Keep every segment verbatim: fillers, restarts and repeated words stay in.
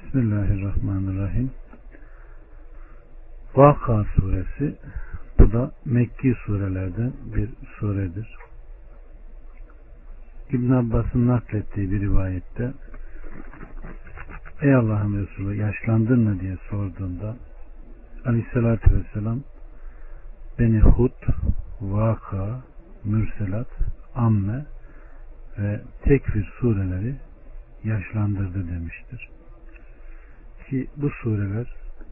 Bismillahirrahmanirrahim. Vakıa suresi, bu da Mekki surelerden bir suredir. İbn Abbas'ın naklettiği bir rivayette, ey Allah'ın Resulü yaşlandın mı diye sorduğunda Aleyhisselatü Vesselam beni Hud, Vakıa, Mürselat, Amme ve Tekvir sureleri yaşlandırdı demiştir. Ki bu sureler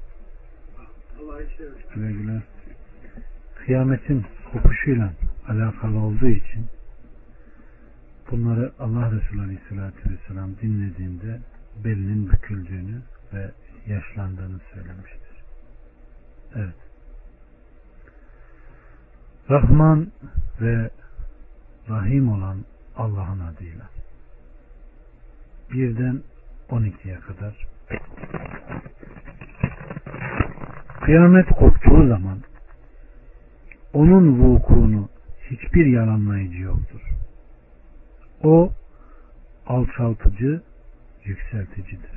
güle kıyametin kopuşuyla alakalı olduğu için bunları Allah Resulü Aleyhisselatü Vesselam dinlediğinde belinin büküldüğünü ve yaşlandığını söylemiştir. Evet. Rahman ve Rahim olan Allah'ın adıyla. Birden on ikiye kadar. Kıyamet koptuğu zaman onun vukuunu hiçbir yalanlayıcı yoktur. O alçaltıcı, yükselticidir.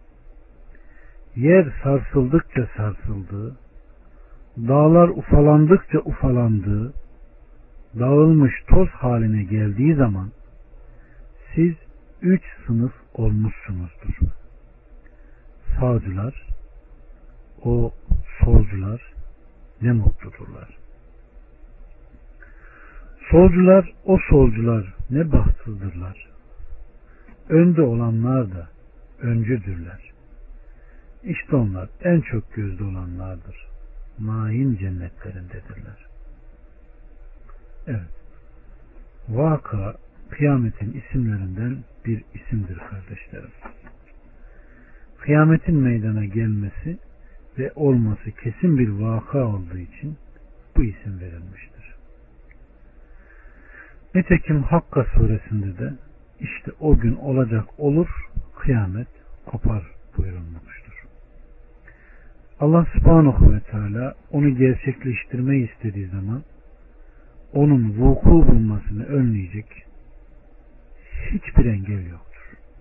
Yer sarsıldıkça sarsıldığı, dağlar ufalandıkça ufalandığı, dağılmış toz haline geldiği zaman siz üç sınıf olmuşsunuzdur. Sağcılar, o solcular ne mutludurlar. Solcular, o solcular ne bahtsızdırlar. Önde olanlar da öncüdürler. İşte onlar en çok gözde olanlardır. Main cennetlerindedirler. Evet. Vaka, kıyametin isimlerinden bir isimdir kardeşlerim. Kıyametin meydana gelmesi ve olması kesin bir vaka olduğu için bu isim verilmiştir. Nitekim Hakka suresinde de işte o gün olacak olur, kıyamet kopar buyurulmuştur. Allah subhanahu ve teala onu gerçekleştirmeyi istediği zaman onun vuku bulmasını önleyecek hiçbir engel yoktur.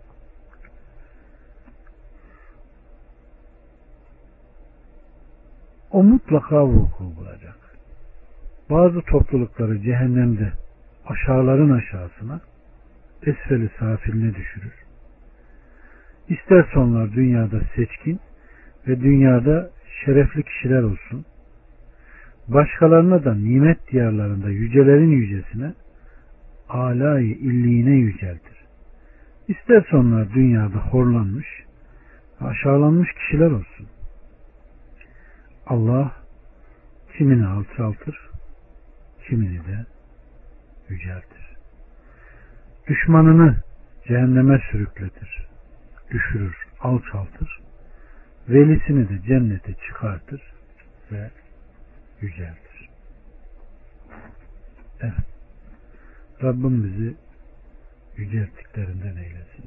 O mutlaka vuku bulacak. Bazı toplulukları cehennemde aşağıların aşağısına, esfeli safiline düşürür. İsterse onlar dünyada seçkin ve dünyada şerefli kişiler olsun, başkalarına da nimet diyarlarında yücelerin yücesine, âlâ-i illiğine yüceltir. İsterse onlar dünyada horlanmış, aşağılanmış kişiler olsun. Allah kimini alçaltır, kimini de yüceltir. Düşmanını cehenneme sürükletir, düşürür, alçaltır. Velisini de cennete çıkartır ve yüceltir. Evet. Rabbim bizi yücelttiklerinden eylesin.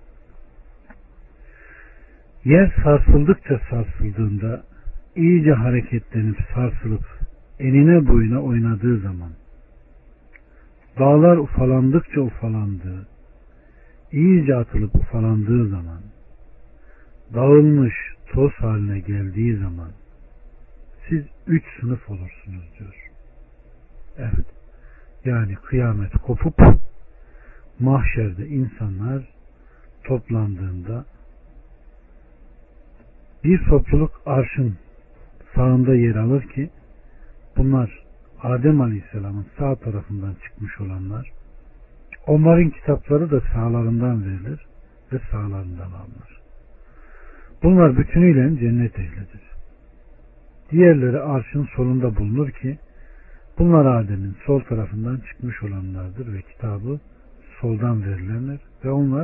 Yer sarsıldıkça sarsıldığında, iyice hareketlenip sarsılıp enine boyuna oynadığı zaman, dağlar ufalandıkça ufalandığı, iyice atılıp ufalandığı zaman, dağılmış toz haline geldiği zaman siz üç sınıf olursunuz diyor. Evet. Yani kıyamet kopup mahşerde insanlar toplandığında bir topluluk arşın sağında yer alır ki bunlar Adem Aleyhisselam'ın sağ tarafından çıkmış olanlar, onların kitapları da sağlarından verilir ve sağlarından alınır. Bunlar bütünüyle cennet ehlidir. Diğerleri arşın solunda bulunur ki bunlar Adem'in sol tarafından çıkmış olanlardır ve kitabı soldan verilenler ve onlar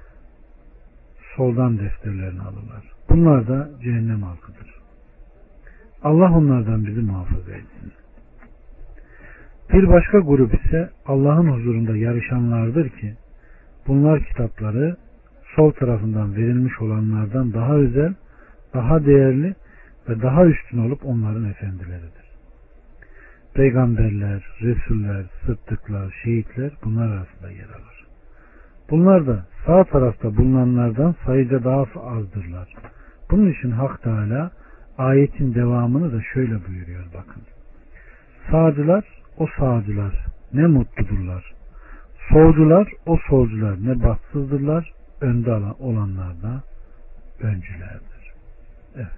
soldan defterlerini alırlar. Bunlar da cehennem halkıdır. Allah onlardan bizi muhafaza etsin. Bir başka grup ise Allah'ın huzurunda yarışanlardır ki bunlar kitapları sol tarafından verilmiş olanlardan daha özel, daha değerli ve daha üstün olup onların efendileridir. Peygamberler, Resuller, Sıddıklar, şehitler bunlar arasında yer alır. Bunlar da sağ tarafta bulunanlardan sayıca daha azdırlar. Bunun için Hak Teala ayetin devamını da şöyle buyuruyor bakın. Sağcılar o sağcılar ne mutludurlar. Solcular o solcular ne bahtsızdırlar. Önde olanlar da öncülerdir. Evet.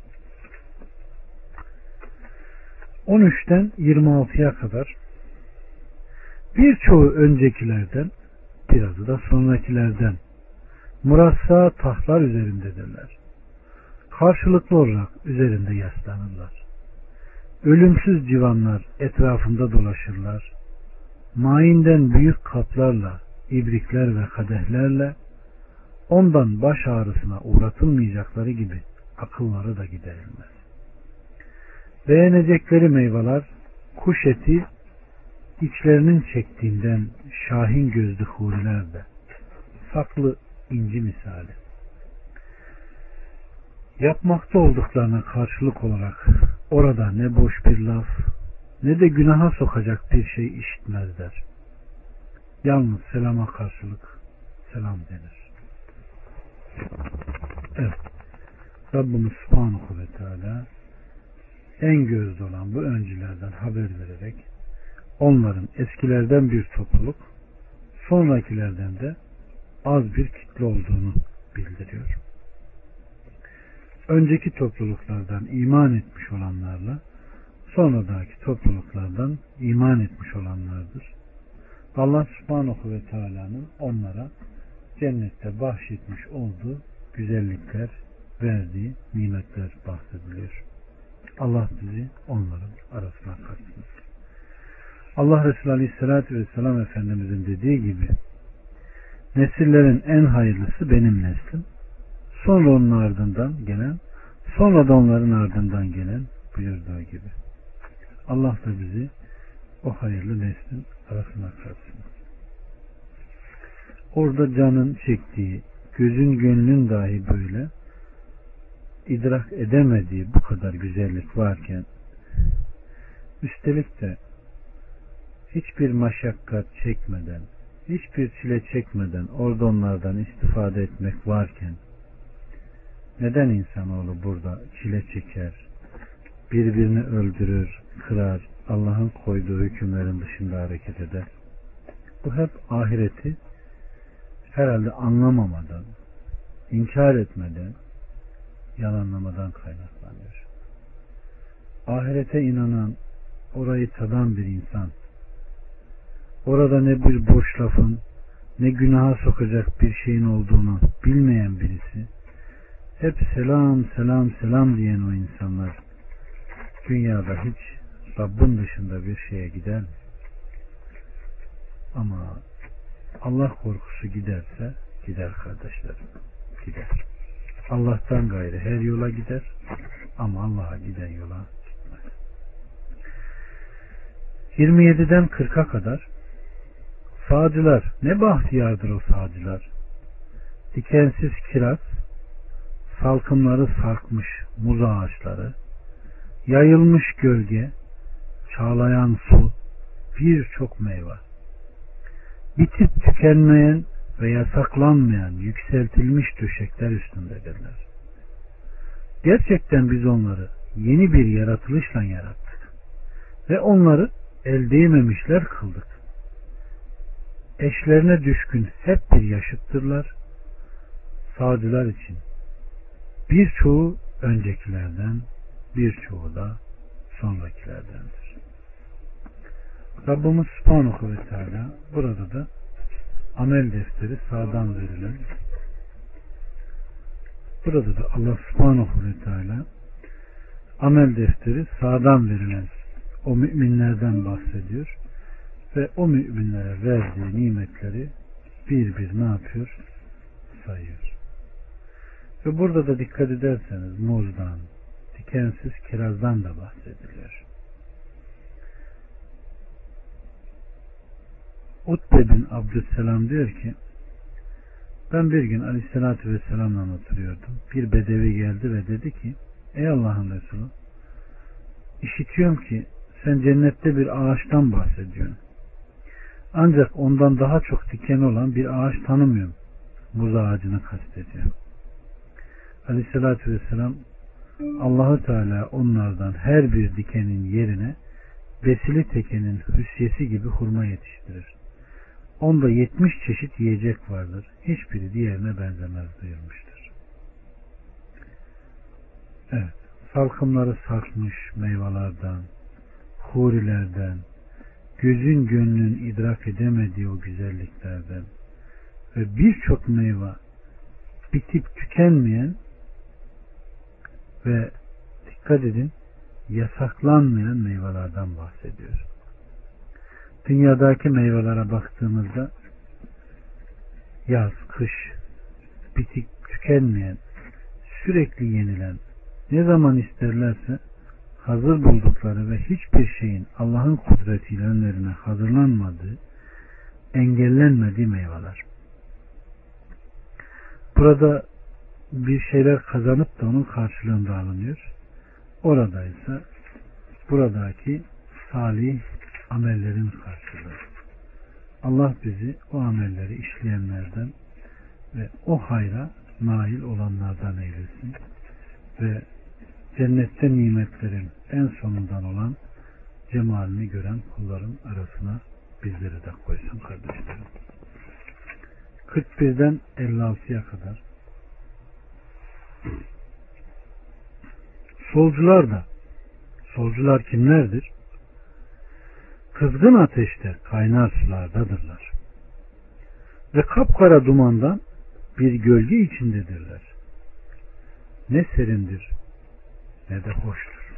on üçten yirmi altıya kadar birçoğu öncekilerden, birazı da sonrakilerden murassa tahtlar üzerindedirler. Karşılıklı olarak üzerinde yaslanırlar. Ölümsüz civanlar etrafında dolaşırlar. Mainden büyük kaplarla, ibrikler ve kadehlerle ondan baş ağrısına uğratılmayacakları gibi akılları da giderilmez. Beğenecekleri meyveler kuş eti içlerinin çektiğinden şahin gözlü huriler de saklı inci misali. Yapmakta olduklarına karşılık olarak orada ne boş bir laf ne de günaha sokacak bir şey işitmezler. Yalnız selama karşılık selam denir. Evet. Rabbimiz Subhanahu ve Teala en gözde olan bu öncülerden haber vererek onların eskilerden bir topluluk, sonrakilerden de az bir kitle olduğunu bildiriyor. Önceki topluluklardan iman etmiş olanlarla sonradaki topluluklardan iman etmiş olanlardır. Allah Subhanahu ve Teala'nın onlara cennette bahşetmiş olduğu güzellikler, verdiği nimetler bahsediliyor. Allah bizi onların arasına katsın. Allah Resulü Aleyhisselatü Vesselam Efendimizin dediği gibi nesillerin en hayırlısı benim neslim, sonra onun ardından gelen, sonra da onların ardından gelen buyurduğu gibi. Allah da bizi o hayırlı neslin arasına katsın. Orada canın çektiği, gözün gönlün dahi böyle idrak edemediği bu kadar güzellik varken, üstelik de hiçbir maşakkat çekmeden, hiçbir çile çekmeden orada onlardan istifade etmek varken, neden insanoğlu burada çile çeker, birbirini öldürür, kırar, Allah'ın koyduğu hükümlerin dışında hareket eder? Bu hep ahireti herhalde anlamamadan, inkar etmeden, yalanlamadan kaynaklanıyor. Ahirete inanan, orayı tadan bir insan, orada ne bir boş lafın, ne günaha sokacak bir şeyin olduğunu bilmeyen birisi, hep selam selam selam diyen o insanlar, dünyada hiç Rabbin dışında bir şeye gider mi? Ama Allah korkusu giderse gider kardeşlerim, gider. Allah'tan gayrı her yola gider ama Allah'a giden yola gitmez. yirmi yediden kırka kadar sağcılar ne bahtiyardır o sağcılar. Dikensiz kiraz, salkımları sarkmış muz ağaçları, yayılmış gölge, çağlayan su, birçok meyve. Bitip tükenmeyen ve yasaklanmayan yükseltilmiş döşekler üstündedirler. Gerçekten biz onları yeni bir yaratılışla yarattık ve onları el değmemişler kıldık. Eşlerine düşkün hep bir yaşıttırlar. Sağcılar için birçoğu öncekilerden, birçoğu da sonrakilerdendir. Rabbimiz Subhanahu ve Teala burada da amel defteri sağdan verilen, burada da Allah Subhanahu ve Teala amel defteri sağdan verilen o müminlerden bahsediyor ve o müminlere verdiği nimetleri bir bir ne yapıyor? Sayıyor. Ve burada da dikkat ederseniz muzdan, dikensiz kirazdan da bahsediliyor. Utbe bin Abdüsselam diyor ki, ben bir gün Aleyhisselatü Vesselam'la oturuyordum. Bir bedevi geldi ve dedi ki, ey Allah'ın Resulü, işitiyorum ki sen cennette bir ağaçtan bahsediyorsun. Ancak ondan daha çok dikeni olan bir ağaç tanımıyorum. Muz ağacını kastediyor. Aleyhissalatü vesselam Allah-u Teala onlardan her bir dikenin yerine besili tekenin hüsyesi gibi hurma yetiştirir. Onda yetmiş çeşit yiyecek vardır. Hiçbiri diğerine benzemez buyurmuştur. Evet. Salkımları sarkmış meyvelerden, hurilerden, gözün gönlün idrak edemediği o güzelliklerden ve birçok meyve bitip tükenmeyen ve dikkat edin yasaklanmayan meyvelerden bahsediyor. Dünyadaki meyvelere baktığımızda yaz, kış, bitip tükenmeyen, sürekli yenilen, ne zaman isterlerse hazır buldukları ve hiçbir şeyin Allah'ın kudretiyle önlerine hazırlanmadığı, engellenmediği meyveler. Burada bir şeyler kazanıp da onun karşılığında alınıyor. Orada ise buradaki salih amellerin karşılığı. Allah bizi o amelleri işleyenlerden ve o hayra nail olanlardan eylesin ve cennette nimetlerin en sonundan olan cemalini gören kulların arasına bizleri de koysun kardeşlerim. kırk birden elli altıya kadar solcular da, solcular kimlerdir? Kızgın ateşte kaynar sulardadırlar ve kapkara dumandan bir gölge içindedirler. Ne serindir ne de hoştur.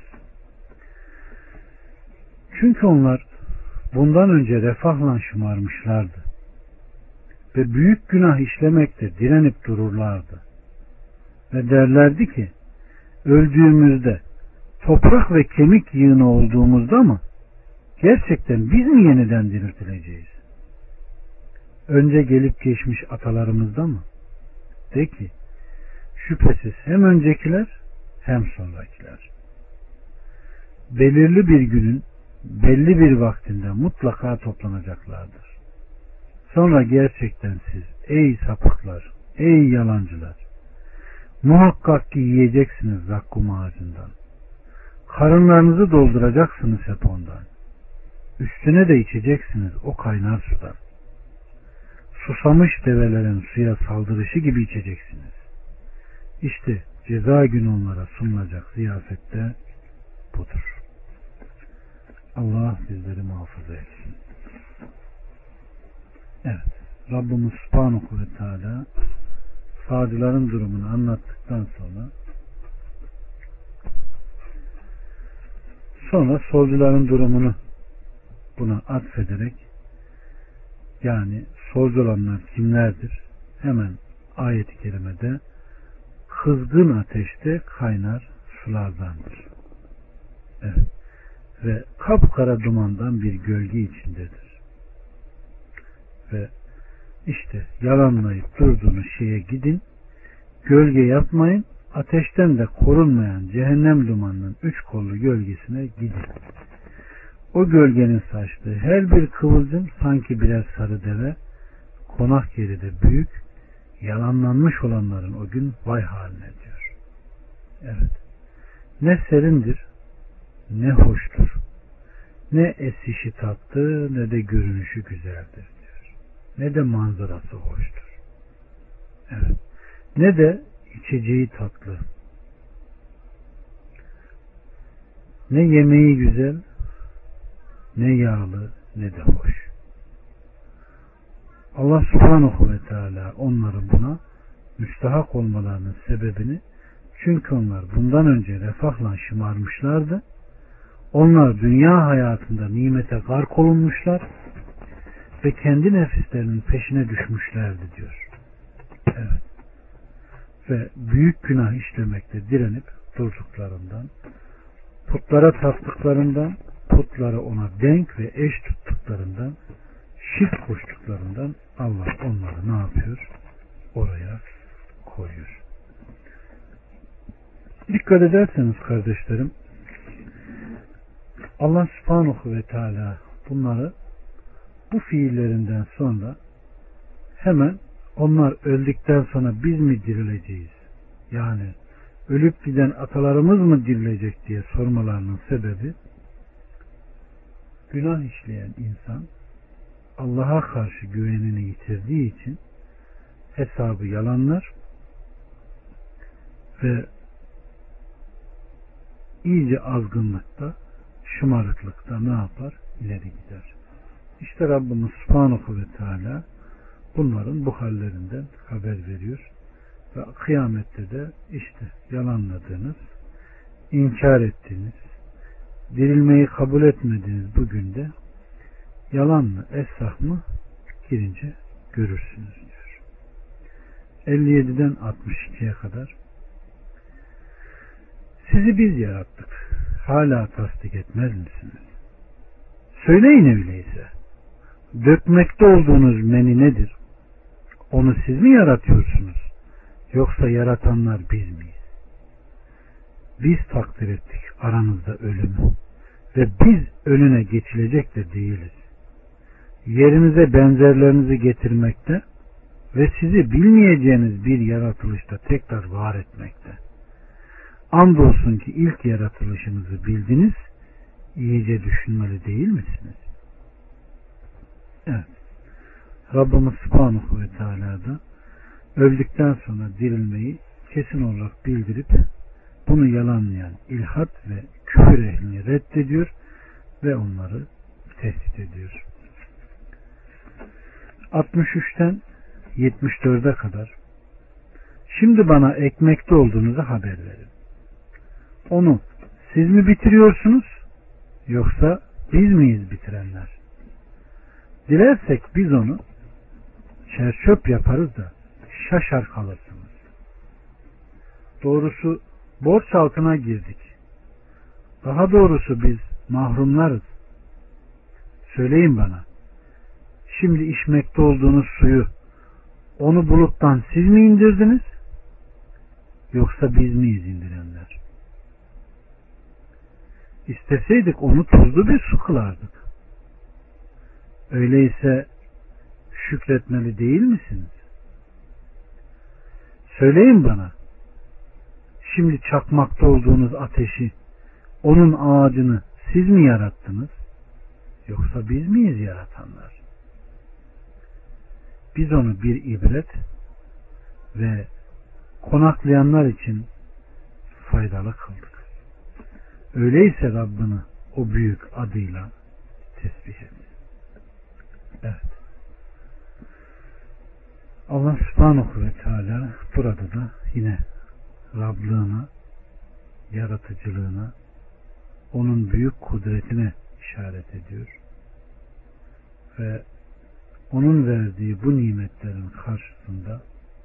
Çünkü onlar bundan önce refahla şımarmışlardı ve büyük günah işlemekte direnip dururlardı ve derlerdi ki öldüğümüzde toprak ve kemik yığını olduğumuzda mı gerçekten biz mi yeniden diriltileceğiz? Önce gelip geçmiş atalarımızda mı? De ki şüphesiz hem öncekiler hem sonrakiler. Belirli bir günün belli bir vaktinde mutlaka toplanacaklardır. Sonra gerçekten siz ey sapıklar, ey yalancılar, muhakkak ki yiyeceksiniz zakkum ağacından. Karınlarınızı dolduracaksınız hep ondan. Üstüne de içeceksiniz o kaynar sudan. Susamış develerin suya saldırışı gibi içeceksiniz. İşte ceza günü onlara sunulacak ziyafette budur. Allah bizleri muhafaza etsin. Evet. Rabbimiz Subhanahu ve Teala sağcıların durumunu anlattıktan sonra sonra solcuların durumunu buna atfederek, yani solcu olanlar kimlerdir? Hemen ayet-i kerimede kızgın ateşte kaynar sulardandır. Evet. Ve kapkara dumandan bir gölge içindedir. Ve işte yalanlayıp durduğunuz şeye gidin, gölge yapmayın, ateşten de korunmayan cehennem dumanının üç kollu gölgesine gidin. O gölgenin saçtığı her bir kıvılcım sanki birer sarı deve, konak yeri de büyük, yalanlanmış olanların o gün vay haline diyor. Evet. Ne serindir, ne hoştur, ne esişi tatlı, ne de görünüşü güzeldir diyor. Ne de manzarası hoştur. Evet. Ne de içeceği tatlı. Ne yemeği güzel, ne yağlı, ne de hoş. Allah Subhanahu ve Teala onların buna müstahak olmalarının sebebini, çünkü onlar bundan önce refahla şımarmışlardı. Onlar dünya hayatında nimete gark olunmuşlar ve kendi nefislerinin peşine düşmüşlerdi diyor. Evet. Ve büyük günah işlemekte direnip durduklarından, putlara taptıklarından, putları ona denk ve eş tuttuklarından, şirk koştuklarından Allah onları ne yapıyor? Oraya koyuyor. Dikkat ederseniz kardeşlerim, Allah Subhanahu ve Teala bunları bu fiillerinden sonra hemen onlar öldükten sonra biz mi dirileceğiz? Yani ölüp giden atalarımız mı dirilecek diye sormalarının sebebi, günah işleyen insan Allah'a karşı güvenini yitirdiği için hesabı yalanlar ve iyice azgınlıkta, şımarıklıkta ne yapar? İleri gider. İşte Rabbimiz Subhanahu ve Teala bunların bu hallerinden haber veriyor. Ve kıyamette de işte yalanladığınız, inkar ettiğiniz, dirilmeyi kabul etmediğiniz bugün de yalan mı, esrah mı girince görürsünüz diyor. elli yediden altmış ikiye kadar sizi biz yarattık. Hala tasdik etmez misiniz? Söyleyin öyleyse. Dökmekte olduğunuz meni nedir? Onu siz mi yaratıyorsunuz? Yoksa yaratanlar biz miyiz? Biz takdir ettik aranızda ölümü ve biz önüne geçilecek de değiliz. Yerinize benzerlerinizi getirmekte ve sizi bilmeyeceğiniz bir yaratılışta tekrar var etmekte. Andolsun ki ilk yaratılışınızı bildiniz, iyice düşünmeli değil misiniz? Evet. Rabbimiz Subhanahu ve Teala da öldükten sonra dirilmeyi kesin olarak bildirip bunu yalanlayan ilhat ve küfür ehlini reddediyor ve onları tehdit ediyor. altmış üçten yetmiş dörde kadar şimdi bana ekmekte olduğunuzu haber verin. Onu siz mi bitiriyorsunuz yoksa biz miyiz bitirenler? Dilersek biz onu çerçöp yaparız da şaşar kalırsınız. Doğrusu borç altına girdik. Daha doğrusu biz mahrumlarız. Söyleyin bana, şimdi içmekte olduğunuz suyu onu buluttan siz mi indirdiniz yoksa biz miyiz indirenler? İsteseydik onu tuzlu bir su kılardık. Öyleyse şükretmeli değil misiniz? Söyleyin bana, şimdi çakmakta olduğunuz ateşi, onun ağacını siz mi yarattınız yoksa biz miyiz yaratanlar? Biz onu bir ibret ve konaklayanlar için faydalı kıldık. Öyleyse Rabbini o büyük adıyla tesbih et. Evet. Allah Subhanahu ve Teala burada da yine Rablığına, yaratıcılığına, onun büyük kudretine işaret ediyor. Ve onun verdiği bu nimetlerin karşısında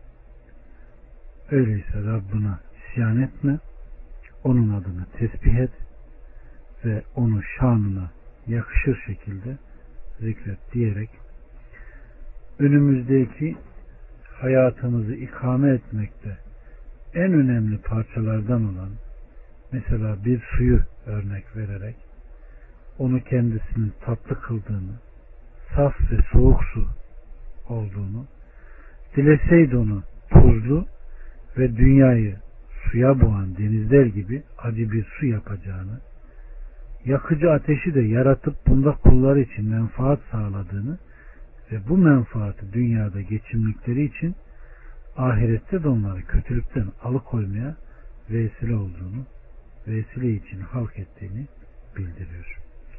öyleyse Rabbına isyan etme, onun adını tesbih et ve onu şanına yakışır şekilde zikret diyerek önümüzdeki hayatımızı ikame etmekte en önemli parçalardan olan mesela bir suyu örnek vererek onu kendisinin tatlı kıldığını, saf ve soğuk su olduğunu, dileseydi onu tuzlu ve dünyayı suya boğan denizler gibi acı bir su yapacağını, yakıcı ateşi de yaratıp bunda kulları için menfaat sağladığını ve bu menfaati dünyada geçimlikleri için ahirette de onları kötülükten alıkoymaya vesile olduğunu, vesile için halk ettiğini bildiriyor.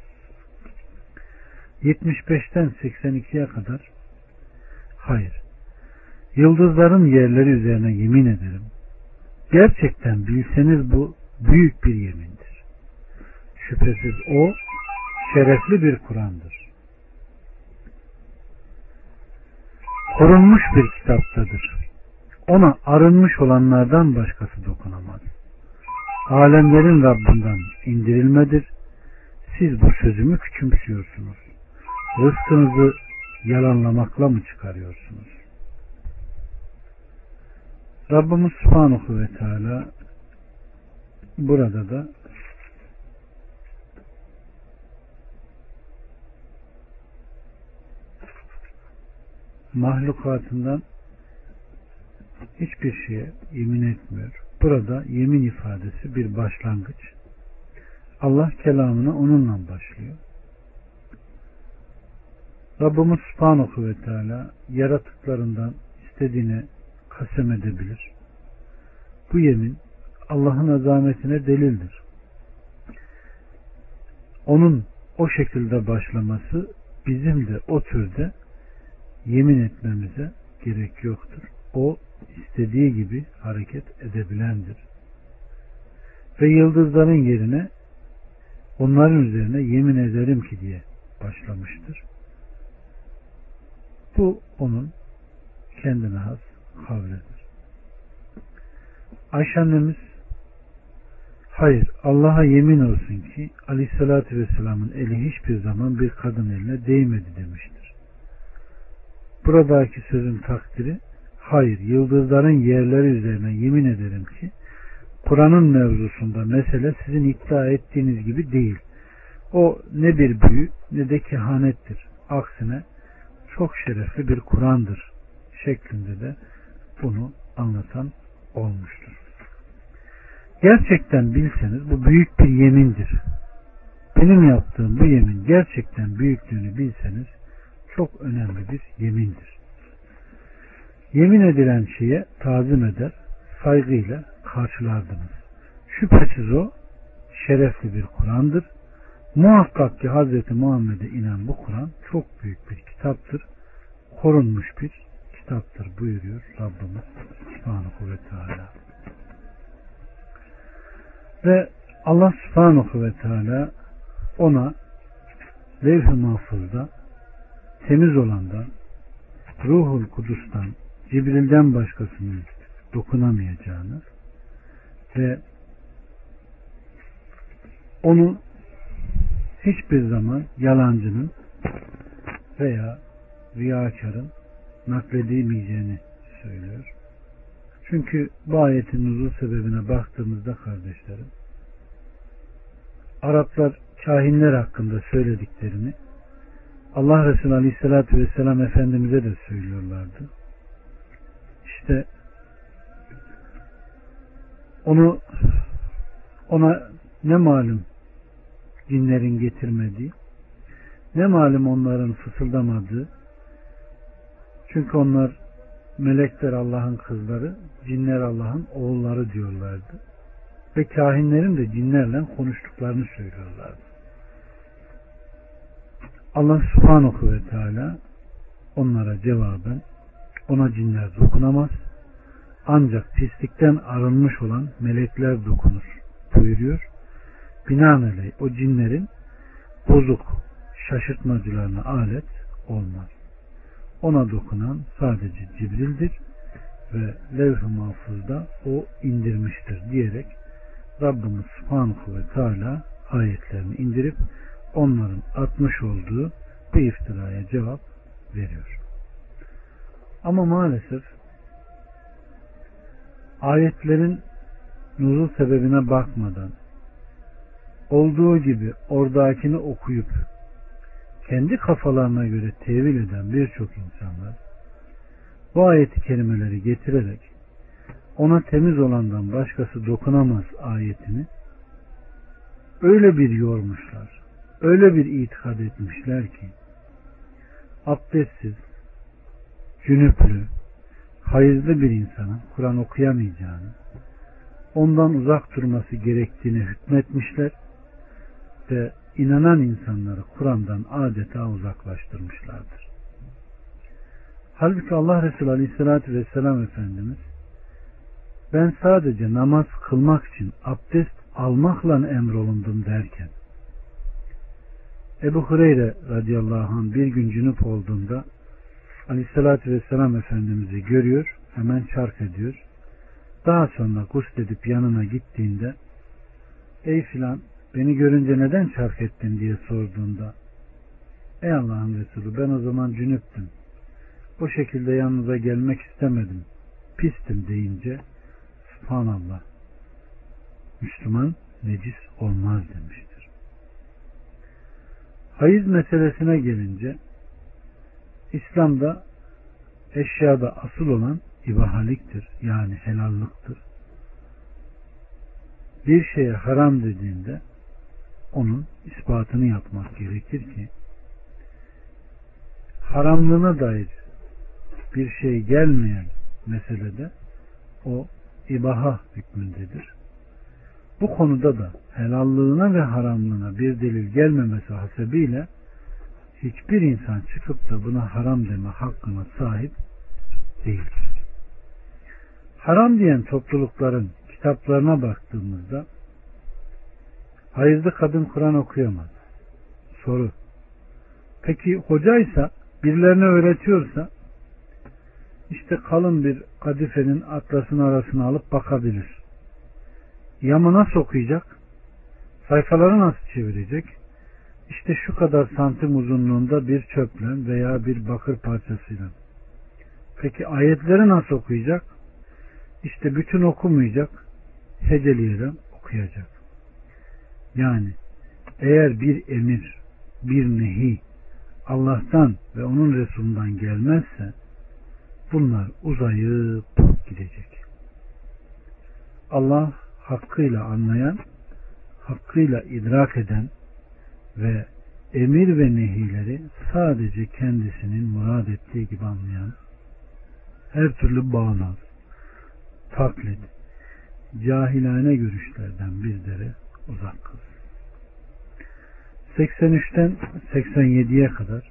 yetmiş beşten seksen ikiye kadar hayır, yıldızların yerleri üzerine yemin ederim. Gerçekten bilseniz bu büyük bir yemindir. Şüphesiz o şerefli bir Kur'an'dır. Korunmuş bir kitaptadır. Ona arınmış olanlardan başkası dokunamaz. Alemlerin Rabbinden indirilmedir. Siz bu sözümü küçümsüyorsunuz. Rızkınızı yalanlamakla mı çıkarıyorsunuz? Rabbimiz Subhanahu ve Teala burada da mahlukatından hiçbir şeye yemin etmiyor. Burada yemin ifadesi bir başlangıç. Allah kelamına onunla başlıyor. Rabbimiz Subhanahu ve Teala yaratıklarından istediğine kasem edebilir. Bu yemin Allah'ın azametine delildir. Onun o şekilde başlaması bizim de o türde yemin etmemize gerek yoktur. O istediği gibi hareket edebilendir. Ve yıldızların yerine onların üzerine yemin ederim ki diye başlamıştır. Bu onun kendine has kavlidir. Ayşe annemiz hayır Allah'a yemin olsun ki Aleyhisselatü Vesselam'ın eli hiçbir zaman bir kadın eline değmedi demiştir. Buradaki sözün takdiri hayır yıldızların yerleri üzerine yemin ederim ki Kur'an'ın mevzusunda mesele sizin iddia ettiğiniz gibi değil. O ne bir büyü ne de kehanettir. Aksine çok şerefli bir Kur'an'dır şeklinde de bunu anlatan olmuştur. Gerçekten bilseniz bu büyük bir yemindir. Benim yaptığım bu yemin gerçekten büyüklüğünü bilseniz çok önemli bir yemindir. Yemin edilen şeye tazim eder, saygıyla karşılardınız. Şüphesiz o şerefli bir Kur'an'dır. Muhakkak ki Hazreti Muhammed'e inen bu Kur'an çok büyük bir kitaptır. Korunmuş bir kitaptır buyuruyor Rabbimiz Subhanahu ve Teala. Ve Allah Subhanahu ve Teala ona Levh-i Mahfuz'da temiz olandan, Ruhul Kudüs'ten, Cibril'den başkasının dokunamayacağını ve onu hiçbir zaman yalancının veya riyakarın nakledemeyeceğini söylüyor. Çünkü bu ayetin nuzul sebebine baktığımızda kardeşlerim, Araplar kahinler hakkında söylediklerini Allah Resulü Aleyhisselatü Vesselam Efendimiz'e de söylüyorlardı. İşte onu ona ne malum cinlerin getirmediği, ne malum onların fısıldamadığı, çünkü onlar melekler Allah'ın kızları, cinler Allah'ın oğulları diyorlardı. Ve kahinlerin de cinlerle konuştuklarını söylüyorlardı. Allah Subhanahu ve Teala onlara cevaben ona cinler dokunamaz, ancak pislikten arınmış olan melekler dokunur buyuruyor. Binaenaleyh o cinlerin bozuk şaşırtmacılarına alet olmaz. Ona dokunan sadece Cibril'dir ve Levh-i Mahfuz'da o indirmiştir diyerek Rabbimiz Subhanahu ve Teala ayetlerini indirip onların atmış olduğu bu iftiraya cevap veriyor. Ama maalesef ayetlerin nuzul sebebine bakmadan olduğu gibi oradakini okuyup kendi kafalarına göre tevil eden birçok insanlar bu ayeti kelimeleri getirerek ona temiz olandan başkası dokunamaz ayetini öyle bir yormuşlar, öyle bir itikad etmişler ki abdestsiz, cünüplü, hayızlı bir insanın Kur'an okuyamayacağını, ondan uzak durması gerektiğini hükmetmişler ve inanan insanları Kur'an'dan adeta uzaklaştırmışlardır. Halbuki Allah Resulü Aleyhisselatü Vesselam Efendimiz ben sadece namaz kılmak için abdest almakla emrolundum derken Ebu Hureyre radıyallahu anh bir gün cünüp olduğunda Aleyhisselatü Vesselam Efendimiz'i görüyor, hemen çark ediyor. Daha sonra gusledip yanına gittiğinde ey filan beni görünce neden çark ettin diye sorduğunda ey Allah'ın Resulü ben o zaman cünüptüm. O şekilde yanınıza gelmek istemedim. Pistim deyince Subhanallah, Müslüman necis olmaz demiştir. Hayız meselesine gelince İslam'da eşyada asıl olan ibahaliktir. Yani helallıktır. Bir şeye haram dediğinde onun ispatını yapmak gerekir ki haramlığına dair bir şey gelmeyen meselede o ibaha hükmündedir. Bu konuda da helallığına ve haramlığına bir delil gelmemesi hasebiyle hiçbir insan çıkıp da buna haram deme hakkına sahip değildir. Haram diyen toplulukların kitaplarına baktığımızda hayızlı kadın Kur'an okuyamaz. Soru. Peki hocaysa, birilerine öğretiyorsa işte kalın bir kadifenin atlasın arasına alıp bakabilir. Yamı nasıl okuyacak? Sayfaları nasıl çevirecek? İşte şu kadar santim uzunluğunda bir çöple veya bir bakır parçasıyla. Peki ayetleri nasıl okuyacak? İşte bütün okumayacak, heceleyerek okuyacak. Yani eğer bir emir, bir nehi Allah'tan ve onun Resulünden gelmezse bunlar uzayıp gidecek. Allah hakkıyla anlayan, hakkıyla idrak eden ve emir ve nehileri sadece kendisinin murad ettiği gibi anlayan, her türlü bağnaz, taklit, cahilane görüşlerden bizleri uzak kılsın. seksen üçten seksen yediye kadar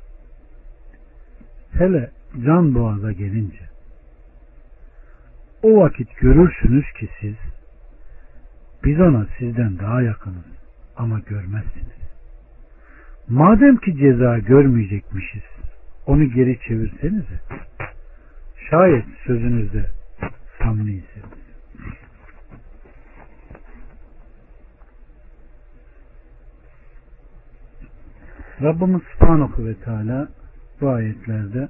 hele can boğaza gelince o vakit görürsünüz ki siz biz ona sizden daha yakınız ama görmezsiniz. Madem ki ceza görmeyecekmişiz onu geri çevirsenize. Şayet sözünüzde samimiyseniz. Rabbimiz Subhanahu ve Teala bu ayetlerde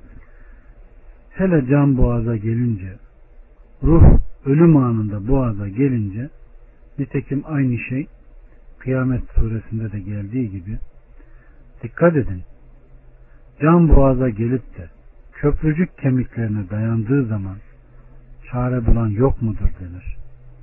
hele can boğaza gelince, ruh ölüm anında boğaza gelince, nitekim aynı şey Kıyamet suresinde de geldiği gibi, dikkat edin, can boğaza gelip de köprücük kemiklerine dayandığı zaman çare bulan yok mudur denir.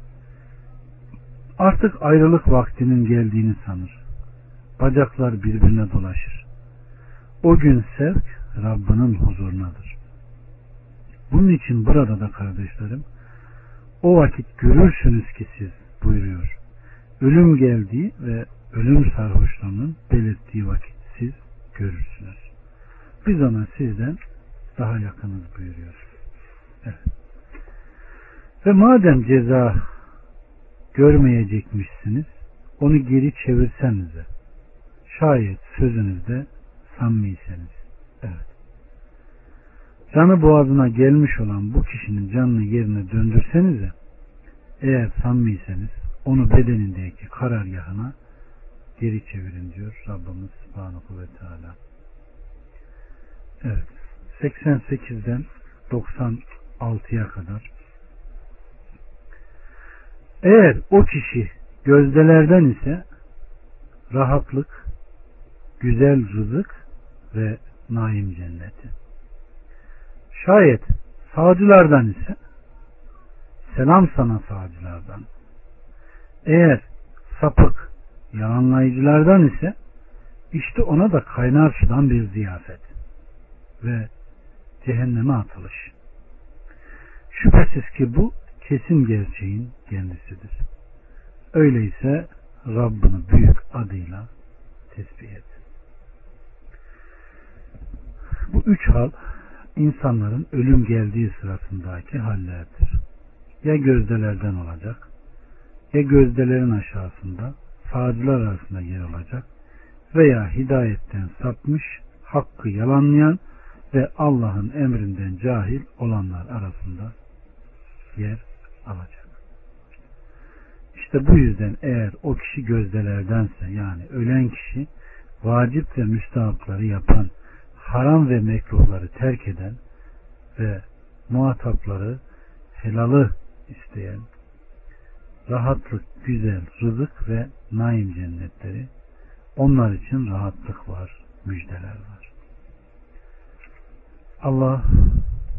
Artık ayrılık vaktinin geldiğini sanır. Bacaklar birbirine dolaşır. O gün sevk Rabbinin huzurundadır. Bunun için burada da kardeşlerim, o vakit görürsünüz ki siz buyuruyor. Ölüm geldiği ve ölüm sarhoşluğunun belirttiği vakit siz görürsünüz. Biz ona sizden daha yakınız buyuruyor. Evet. Ve madem ceza görmeyecekmişsiniz, onu geri çevirsenize. Şayet sözünüzde samimiyseniz. Evet. Canı boğazına gelmiş olan bu kişinin canını yerine döndürsenize, eğer samimiyseniz onu bedenindeki karargahına geri çevirin diyor Rabbimiz Subhanahu ve Teala. Evet. seksen sekizden doksan altıya kadar. Eğer o kişi gözdelerden ise rahatlık, güzel rızık ve naim cenneti. Şayet sağcılardan ise selam sana sağcılardan. Eğer sapık, yalanlayıcılardan ise işte ona da kaynar sudan bir ziyafet ve cehenneme atılış. Şüphesiz ki bu kesin gerçeğin kendisidir. Öyleyse Rabbini büyük adıyla tesbih et. Bu üç hal insanların ölüm geldiği sırasındaki hallerdir. Ya gözdelerden olacak, ya gözdelerin aşağısında sağcılar arasında yer alacak veya hidayetten sapmış, hakkı yalanlayan ve Allah'ın emrinden cahil olanlar arasında yer alacak. İşte bu yüzden eğer o kişi gözdelerdense, yani ölen kişi vacip ve müstahapları yapan, haram ve mekruhları terk eden ve muhatapları helalı isteyen, rahatlık, güzel rızık ve naim cennetleri, onlar için rahatlık var, müjdeler var. Allah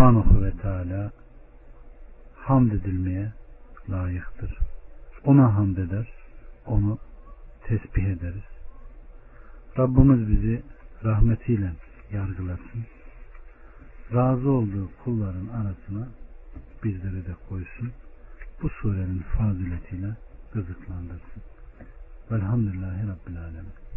Subhanahu ve Teala hamd edilmeye layıktır. Ona hamd eder, onu tesbih ederiz. Rabbimiz bizi rahmetiyle yargılasın. Razı olduğu kulların arasına bizleri de koysun. Bu surenin faziletiyle rızıklandırsın. Velhamdülillahi Rabbil Alemin.